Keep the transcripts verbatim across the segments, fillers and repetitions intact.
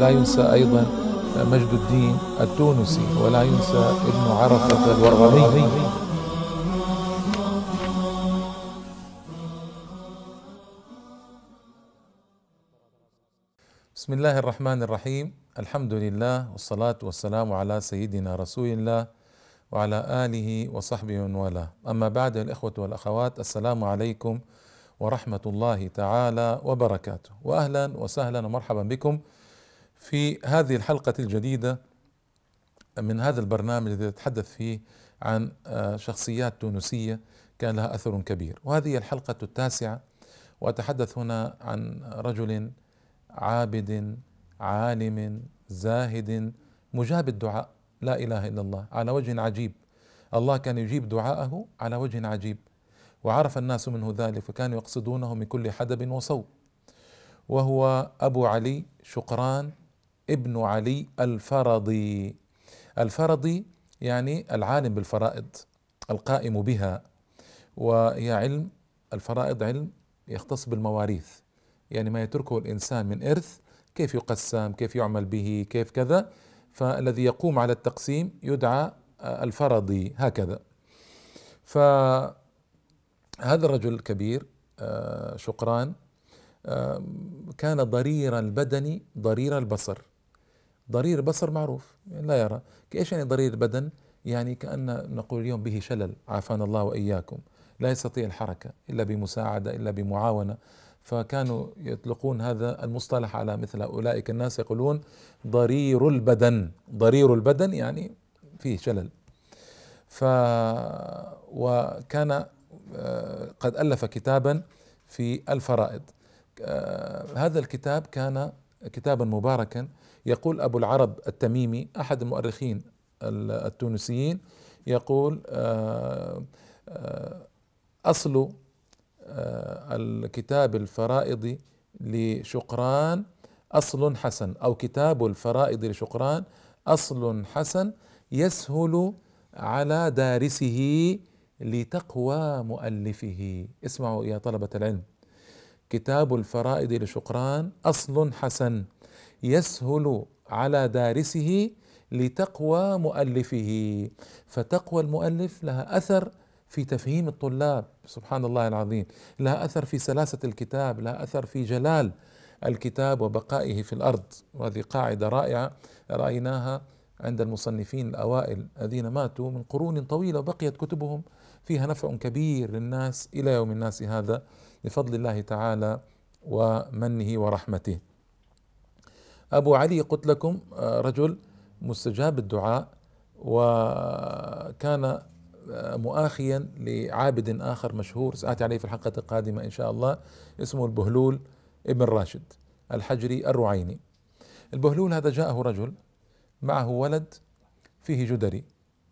ولا ينسى أيضا مجد الدين التونسي، ولا ينسى ابن عرفة الورغمي. بسم الله الرحمن الرحيم. الحمد لله والصلاة والسلام على سيدنا رسول الله وعلى آله وصحبه ومن والاه. أما بعد، الإخوة والأخوات، السلام عليكم ورحمة الله تعالى وبركاته، وأهلا وسهلا ومرحبا بكم في هذه الحلقة الجديدة من هذا البرنامج الذي نتحدث فيه عن شخصيات تونسية كان لها أثر كبير. وهذه الحلقة التاسعة، وأتحدث هنا عن رجل عابد عالم زاهد مجاب الدعاء، لا إله إلا الله، على وجه عجيب. الله كان يجيب دعاءه على وجه عجيب، وعرف الناس منه ذلك، فكانوا يقصدونه من كل حدب وصوب. وهو أبو علي شقران ابن علي الفرضي. الفرضي يعني العالم بالفرائض القائم بها، وهي علم الفرائض علم يختص بالمواريث، يعني ما يتركه الإنسان من إرث، كيف يقسم، كيف يعمل به، كيف كذا، فالذي يقوم على التقسيم يدعى الفرضي هكذا. فهذا الرجل الكبير شقران كان ضرير البدن ضرير البصر. ضرير البصر معروف، يعني لا يرى. ايش يعني ضرير البدن؟ يعني كأن نقول اليوم به شلل، عافانا الله وإياكم، لا يستطيع الحركة إلا بمساعدة، إلا بمعاونة. فكانوا يطلقون هذا المصطلح على مثل أولئك الناس، يقولون ضرير البدن. ضرير البدن يعني فيه شلل. ف وكان قد ألف كتابا في الفرائض. هذا الكتاب كان كتابا مباركا. يقول أبو العرب التميمي أحد المؤرخين التونسيين، يقول أصل الكتاب الفرائض لشقران أصل حسن، أو كتاب الفرائض لشقران أصل حسن يسهل على دارسه لتقوى مؤلفه. اسمعوا يا طلبة العلم، كتاب الفرائض لشقران أصل حسن يسهل على دارسه لتقوى مؤلفه. فتقوى المؤلف لها أثر في تفهيم الطلاب، سبحان الله العظيم، لها أثر في سلاسة الكتاب، لها أثر في جلال الكتاب وبقائه في الأرض. وهذه قاعدة رائعة رأيناها عند المصنفين الأوائل الذين ماتوا من قرون طويلة، وبقيت كتبهم فيها نفع كبير للناس إلى يوم الناس هذا بفضل الله تعالى ومنه ورحمته. أبو علي قلت لكم رجل مستجاب الدعاء، وكان مؤاخيا لعابد آخر مشهور سآتي عليه في الحلقة القادمة إن شاء الله، اسمه البهلول ابن راشد الحجري الرعيني. البهلول هذا جاءه رجل معه ولد فيه جدري،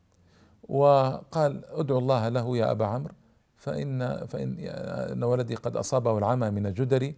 وقال ادعو الله له يا أبا عمرو، فإن فإن أن ولدي قد أصابه العمى من الجدري،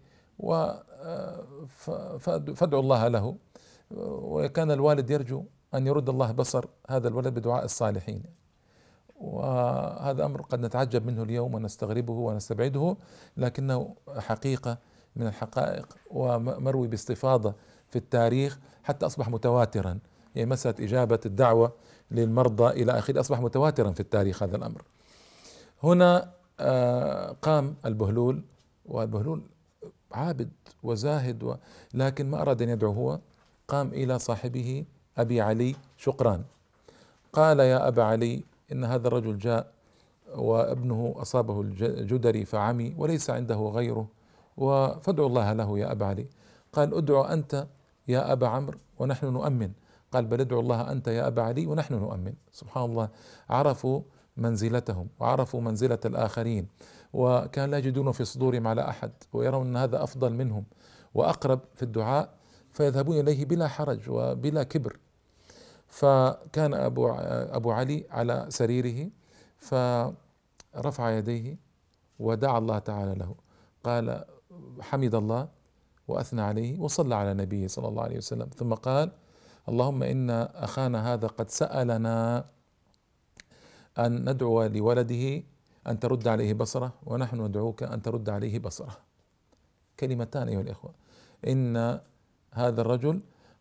فادعو الله له. وكان الوالد يرجو أن يرد الله بصر هذا الولد بدعاء الصالحين. وهذا أمر قد نتعجب منه اليوم ونستغربه ونستبعده، لكنه حقيقة من الحقائق ومروي باستفاضة في التاريخ، حتى أصبح متواترا. يعني مسألة إجابة الدعوة للمرضى إلى آخره أصبح متواترا في التاريخ هذا الأمر. هنا قام البهلول، والبهلول عابد وزاهد و... لكن ما أراد أن يدعو هو، قام إلى صاحبه أبي علي شقران، قال يا أبا علي، إن هذا الرجل جاء وابنه أصابه الجدري فعمي وليس عنده غيره، فادعو الله له يا أبا علي. قال ادعو أنت يا أبا عمرو ونحن نؤمن. قال بل ادعو الله أنت يا أبا علي ونحن نؤمن. سبحان الله، عرفوا منزلتهم وعرفوا منزلة الآخرين، وكان لا يجدون في صدورهم على أحد، ويرون أن هذا أفضل منهم وأقرب في الدعاء، فيذهبون إليه بلا حرج وبلا كبر. فكان أبو أبو علي على سريره، فرفع يديه ودعا الله تعالى له، قال حمد الله وأثنى عليه وصلى على نبيه صلى الله عليه وسلم، ثم قال اللهم إن أخانا هذا قد سألنا أن ندعو لولده أن ترد عليه بصره، ونحن ندعوك أن ترد عليه بصره. كلمتان أيها الإخوة، إن هذا الرجل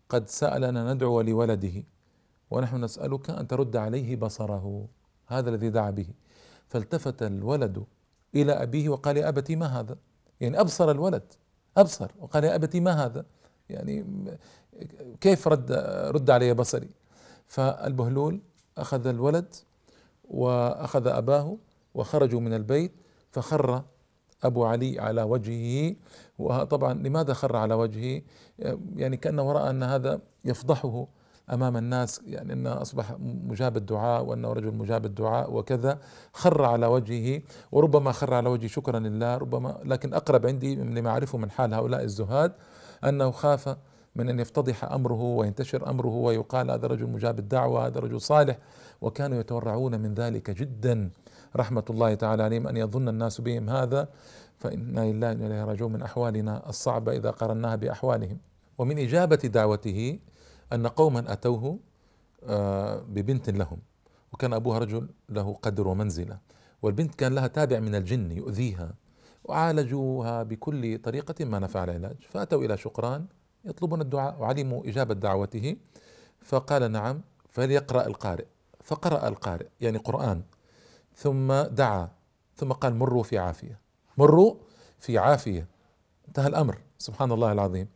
قد سألنا ندعو لولده ونحن نسألك أن ترد عليه بصره. هذا الذي دعا به. فالتفت الولد إلى أبيه وقال يا أبتي ما هذا؟ يعني أبصر الولد، أبصر وقال يا أبتي ما هذا؟ يعني كيف رد رد علي بصري؟ فالبهلول أخذ الولد وأخذ أباه وخرجوا من البيت، فخر أبو علي على وجهه. وطبعا لماذا خر على وجهه؟ يعني كأنه رأى أن هذا يفضحه أمام الناس، يعني أنه أصبح مجاب الدعاء وأنه رجل مجاب الدعاء وكذا، خر على وجهه. وربما خر على وجهه شكرا لله، ربما، لكن أقرب عندي لما أعرفه من حال هؤلاء الزهاد أنه خاف من أن يفتضح أمره وينتشر أمره ويقال هذا رجل مجاب الدعوة، هذا رجل صالح، وكانوا يتورعون من ذلك جدا رحمة الله تعالى عليهم، أن يظن الناس بهم هذا. فإنا لله وإنا إليه راجعون من أحوالنا الصعبة إذا قارناها بأحوالهم. ومن إجابة دعوته أن قوما أتوه ببنت لهم، وكان أبوها رجل له قدر ومنزلة، والبنت كان لها تابع من الجن يؤذيها، وعالجوها بكل طريقة ما نفع العلاج. فأتوا إلى شقران يطلبون الدعاء وعلموا إجابة دعوته، فقال نعم فليقرأ القارئ. فقرأ القارئ يعني قرآن، ثم دعا، ثم قال مروا في عافية، مروا في عافية. انتهى الأمر، سبحان الله العظيم.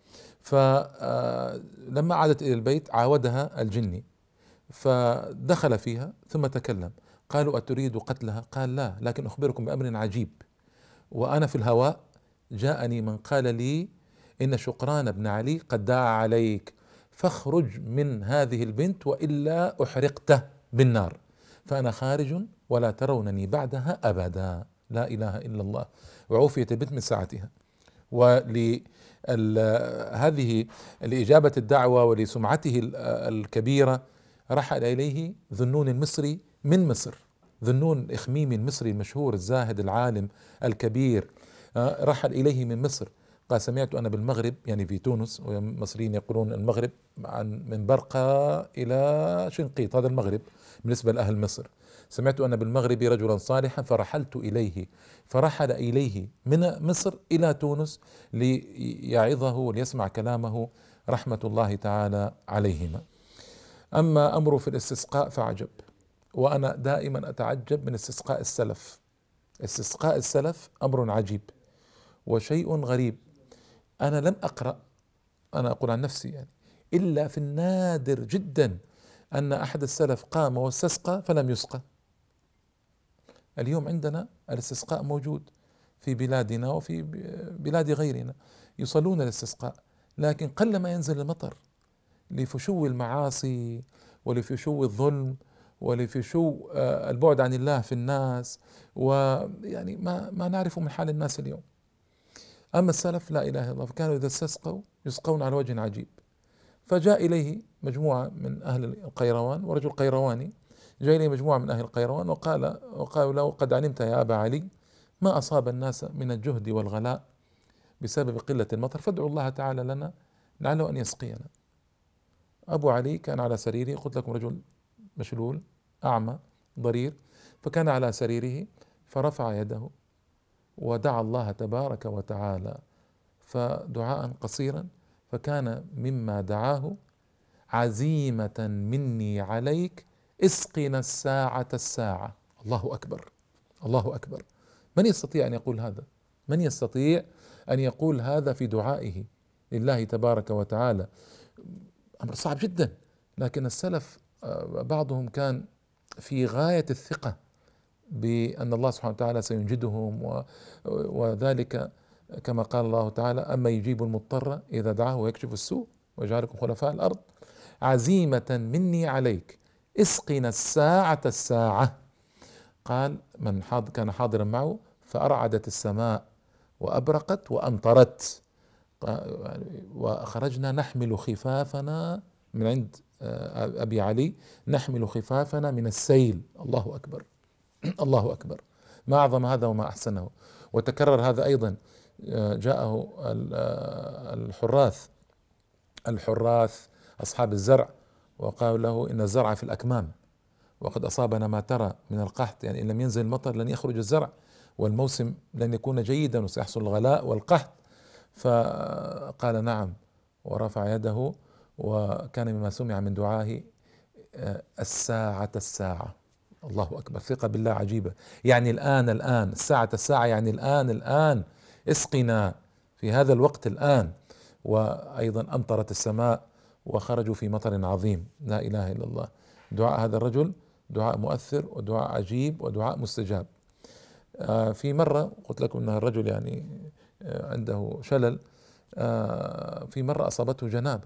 فلما عادت إلى البيت عاودها الجني، فدخل فيها ثم تكلم. قالوا أتريد قتلها؟ قال لا، لكن أخبركم بأمر عجيب، وأنا في الهواء جاءني من قال لي إن شقران بن علي قد دعا عليك، فاخرج من هذه البنت وإلا أحرقته بالنار. فأنا خارج ولا ترونني بعدها أبدا. لا إله إلا الله. وعوفيت البنت من ساعتها. ولهذه لإجابة الدعوة ولسمعته الكبيرة رحل إليه ذنون المصري من مصر، ذنون الإخميمي المصري المشهور الزاهد العالم الكبير، رحل إليه من مصر. قال سمعت أنا بالمغرب، يعني في تونس، والمصريين يقولون المغرب عن من برقة إلى شنقيط، هذا المغرب بالنسبة لأهل مصر. سمعت أن بالمغرب رجلا صالحا فرحلت إليه، فرحل إليه من مصر إلى تونس ليعظه وليسمع كلامه رحمة الله تعالى عليهما. أما أمره في الاستسقاء فعجب، وأنا دائما أتعجب من استسقاء السلف. استسقاء السلف أمر عجيب وشيء غريب. أنا لم أقرأ، أنا أقول عن نفسي يعني، إلا في النادر جدا أن أحد السلف قام واستسقى فلم يسقى. اليوم عندنا الاستسقاء موجود في بلادنا وفي بلاد غيرنا، يصلون الاستسقاء، لكن قلما ينزل المطر لفشو المعاصي ولفشو الظلم ولفشو البعد عن الله في الناس، ويعني ما ما نعرف من حال الناس اليوم. أما السلف لا إله إلا الله، فكانوا إذا استسقوا يسقون على وجه عجيب. فجاء إليه مجموعة من أهل القيروان، ورجل قيرواني، جاء إليه مجموعة من أهل القيروان وقال وقالوا له قد علمت يا أبا علي ما أصاب الناس من الجهد والغلاء بسبب قلة المطر، فادعوا الله تعالى لنا لعله أن يسقينا. أبو علي كان على سريره، قلت لكم رجل مشلول أعمى ضرير، فكان على سريره فرفع يده ودعا الله تبارك وتعالى، فدعاء قصيرا، فكان مما دعاه عزيمة مني عليك اسقنا الساعة الساعة. الله أكبر، الله أكبر. من يستطيع أن يقول هذا؟ من يستطيع أن يقول هذا في دعائه لله تبارك وتعالى؟ أمر صعب جدا. لكن السلف بعضهم كان في غاية الثقة بأن الله سبحانه وتعالى سينجدهم، وذلك كما قال الله تعالى أما يجيب المضطر إذا دعاه ويكشف السوء ويجعلكم خلفاء الأرض. عزيمة مني عليك اسقنا الساعة الساعة. قال من حاضر كان حاضرا معه فأرعدت السماء وأبرقت وأمطرت، وخرجنا نحمل خفافنا من عند أبي علي، نحمل خفافنا من السيل. الله أكبر، الله أكبر. ما أعظم هذا وما أحسنه. وتكرر هذا أيضا، جاءه الحراث الحراث أصحاب الزرع وقالوا له إن الزرع في الأكمام وقد أصابنا ما ترى من القحط، يعني إن لم ينزل المطر لن يخرج الزرع والموسم لن يكون جيدا وسيحصل الغلاء والقحط. فقال نعم، ورفع يده وكان مما سمع من دعائه الساعة الساعة. الله أكبر، ثقة بالله عجيبة. يعني الآن الآن، الساعة الساعة يعني الآن الآن، اسقنا في هذا الوقت الآن. وأيضا أمطرت السماء وخرجوا في مطر عظيم. لا إله إلا الله. دعاء هذا الرجل دعاء مؤثر ودعاء عجيب ودعاء مستجاب. آه في مرة قلت لكم أن الرجل يعني آه عنده شلل. آه في مرة أصابته جنابة،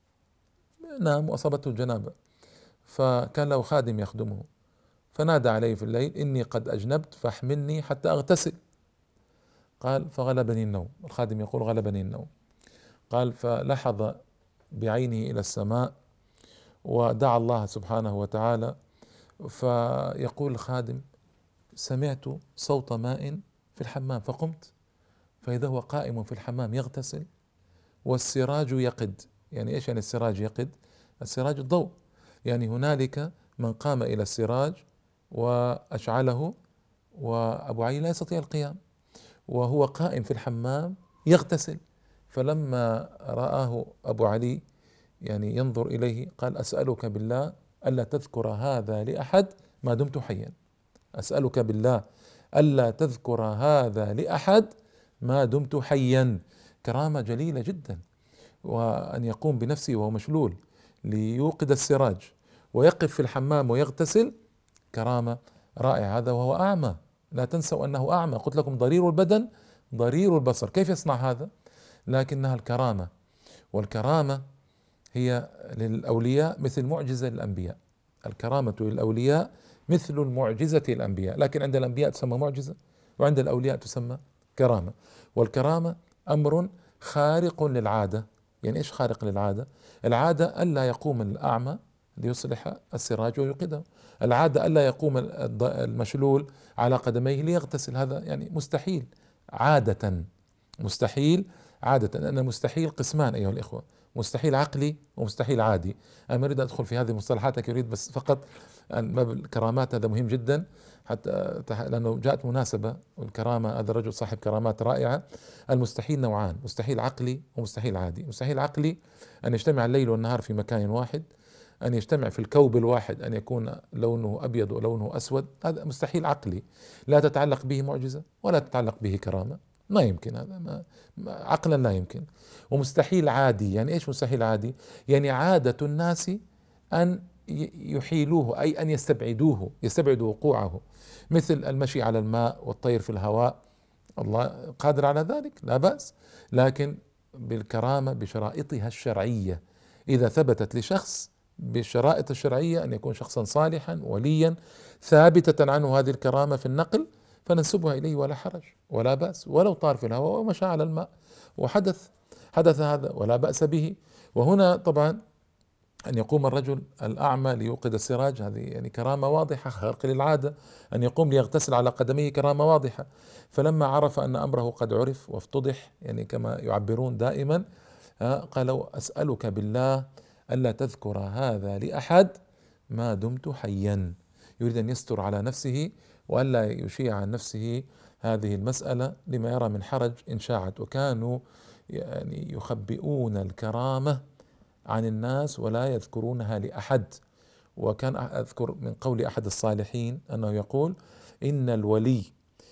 نام وأصابته الجنابة، فكان له خادم يخدمه، فنادى عليه في الليل: إني قد أجنبت فاحملني حتى أغتسل. قال: فغلبني النوم. الخادم يقول: غلبني النوم. قال: فلحظ بعينه إلى السماء ودعا الله سبحانه وتعالى، فيقول الخادم: سمعت صوت ماء في الحمام، فقمت فإذا هو قائم في الحمام يغتسل والسراج يقد. يعني إيش يعني السراج يقد؟ السراج الضوء. يعني هنالك من قام إلى السراج وأشعله، وأبو علي لا يستطيع القيام وهو قائم في الحمام يغتسل. فلما رآه أبو علي يعني ينظر إليه قال: أسألك بالله ألا تذكر هذا لأحد ما دمت حيا. أسألك بالله ألا تذكر هذا لأحد ما دمت حيا. كرامة جليلة جدا. وأن يقوم بنفسه وهو مشلول ليوقد السراج ويقف في الحمام ويغتسل، كرامة رائعة. هذا وهو أعمى، لا تنسوا أنه أعمى. قلت لكم ضرير البدن ضرير البصر، كيف يصنع هذا؟ لكنها الكرامة. والكرامة هي للأولياء مثل معجزة للأنبياء. الكرامة للأولياء مثل المعجزة للأنبياء، لكن عند الأنبياء تسمى معجزة وعند الأولياء تسمى كرامة. والكرامة أمر خارق للعادة. يعني إيش خارق للعادة؟ العادة ألا يقوم الأعمى ليصلح السراج ويوقده، العادة ألا يقوم المشلول على قدميه ليغتسل، هذا يعني مستحيل عادة. مستحيل عادة. لأن مستحيل قسمان أيها الإخوة: مستحيل عقلي ومستحيل عادي. أنا أريد أدخل في هذه المصطلحات، أريد بس فقط أن باب الكرامات هذا مهم جدا، حتى لأنه جاءت مناسبة. والكرامة هذا الرجل صاحب كرامات رائعة. المستحيل نوعان: مستحيل عقلي ومستحيل عادي. مستحيل عقلي أن يجتمع الليل والنهار في مكان واحد، أن يجتمع في الكوب الواحد أن يكون لونه أبيض ولونه أسود، هذا مستحيل عقلي، لا تتعلق به معجزة ولا تتعلق به كرامة، ما يمكن، هذا ما عقلا لا يمكن. ومستحيل عادي، يعني ايش مستحيل عادي؟ يعني عادة الناس ان يحيلوه، اي ان يستبعدوه، يستبعدوا وقوعه، مثل المشي على الماء والطير في الهواء. الله قادر على ذلك لا بأس، لكن بالكرامة بشرائطها الشرعية. إذا ثبتت لشخص بالشرائط الشرعية أن يكون شخصا صالحا وليا ثابتة عنه هذه الكرامة في النقل، فننسبها إليه ولا حرج ولا بأس، ولو طار في الهواء ومشى على الماء وحدث حدث هذا ولا بأس به. وهنا طبعا أن يقوم الرجل الأعمى ليوقد السراج، هذه يعني كرامة واضحة خارقة للعادة. أن يقوم ليغتسل على قدميه كرامة واضحة. فلما عرف أن أمره قد عرف وافتضح، يعني كما يعبرون دائما، قالوا: أسألك بالله ألا تذكر هذا لأحد ما دمت حيا. يريد أن يستر على نفسه وألا يشيع عن نفسه هذه المسألة لما يرى من حرج إن شاعت. وكانوا يعني يخبئون الكرامة عن الناس ولا يذكرونها لأحد. وكان أذكر من قول أحد الصالحين أنه يقول: إن الولي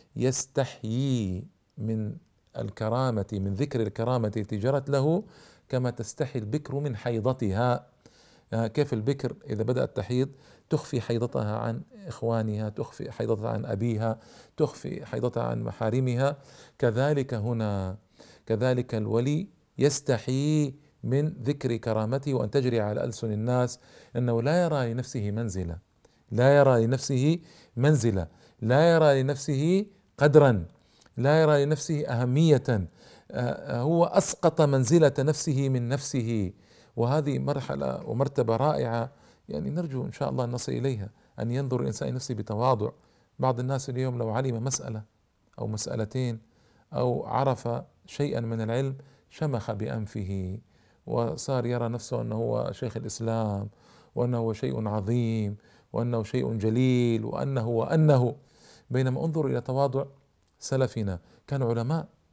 يستحيي من الكرامة، من ذكر الكرامة التي جرت له، كما تستحي البكر من حيضتها. كيف البكر إذا بدأت تحيض تخفي حيضتها عن إخوانها، تخفي حيضتها عن أبيها، تخفي حيضتها عن محارمها، كذلك هنا، كذلك الولي يستحي من ذكر كرامته وأن تجري على ألسن الناس، أنه لا يرى لنفسه منزلة، لا يرى لنفسه منزلة، لا يرى لنفسه قدرا، لا يرى لنفسه أهمية، هو أسقط منزلة نفسه من نفسه. وهذه مرحلة ومرتبة رائعة، يعني نرجو إن شاء الله أن نصل إليها، أن ينظر الإنسان نفسه بتواضع. بعض الناس اليوم لو علم مسألة أو مسألتين أو عرف شيئا من العلم شمخ بأنفه وصار يرى نفسه أنه هو شيخ الإسلام وأنه شيء عظيم وأنه شيء جليل وأنه وأنه بينما انظر إلى تواضع سلفنا، كانوا علماء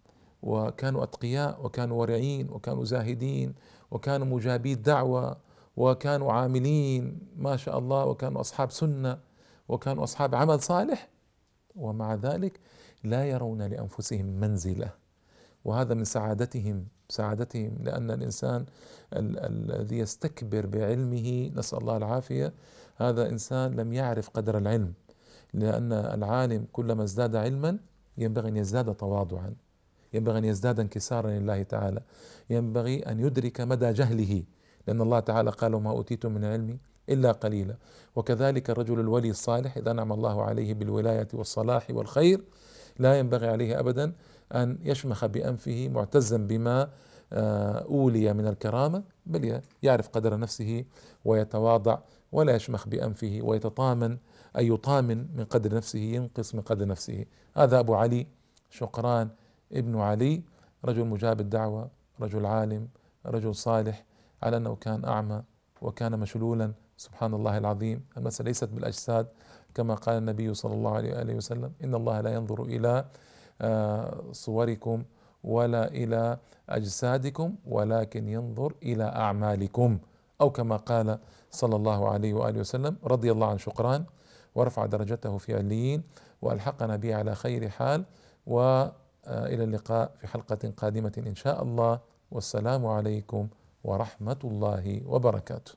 وكانوا أتقياء وكانوا ورعين وكانوا زاهدين وكانوا مجابي الدعوة وكانوا عاملين ما شاء الله وكانوا أصحاب سنة وكانوا أصحاب عمل صالح، ومع ذلك لا يرون لأنفسهم منزلة. وهذا من سعادتهم سعادتهم لأن الإنسان الذي يستكبر بعلمه نسأل الله العافية هذا إنسان لم يعرف قدر العلم، لأن العالم كلما ازداد علما ينبغي أن يزداد تواضعا، ينبغي أن يزداد انكسارا لله تعالى، ينبغي أن يدرك مدى جهله، لأن الله تعالى قال وما أوتيتم من علم إلا قليلا. وكذلك الرجل الولي الصالح إذا أنعم الله عليه بالولاية والصلاح والخير لا ينبغي عليه أبدا أن يشمخ بأنفه معتزا بما أولي من الكرامة، بل يعرف قدر نفسه ويتواضع ولا يشمخ بأنفه ويتطامن، أي يطامن من قدر نفسه، ينقص من قدر نفسه. هذا أبو علي شقران ابن علي، رجل مجاب الدعوة، رجل عالم، رجل صالح، على أنه كان أعمى وكان مشلولا. سبحان الله العظيم، المسألة ليست بالأجساد كما قال النبي صلى الله عليه وآله وسلم إن الله لا ينظر إلى صوركم ولا إلى أجسادكم ولكن ينظر إلى أعمالكم، أو كما قال صلى الله عليه وآله وسلم. رضي الله عن شقران ورفع درجته في عليين وألحقنا به على خير حال، وإلى اللقاء في حلقة قادمة إن شاء الله، والسلام عليكم ورحمة الله وبركاته.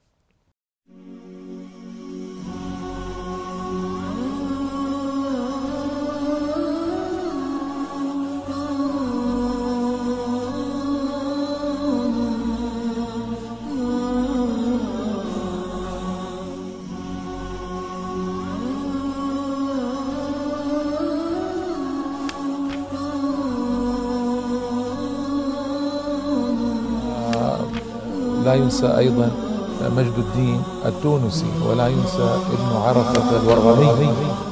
لا ينسى أيضا مجد الدين التونسي، ولا ينسى ابن عرفة الورغمي.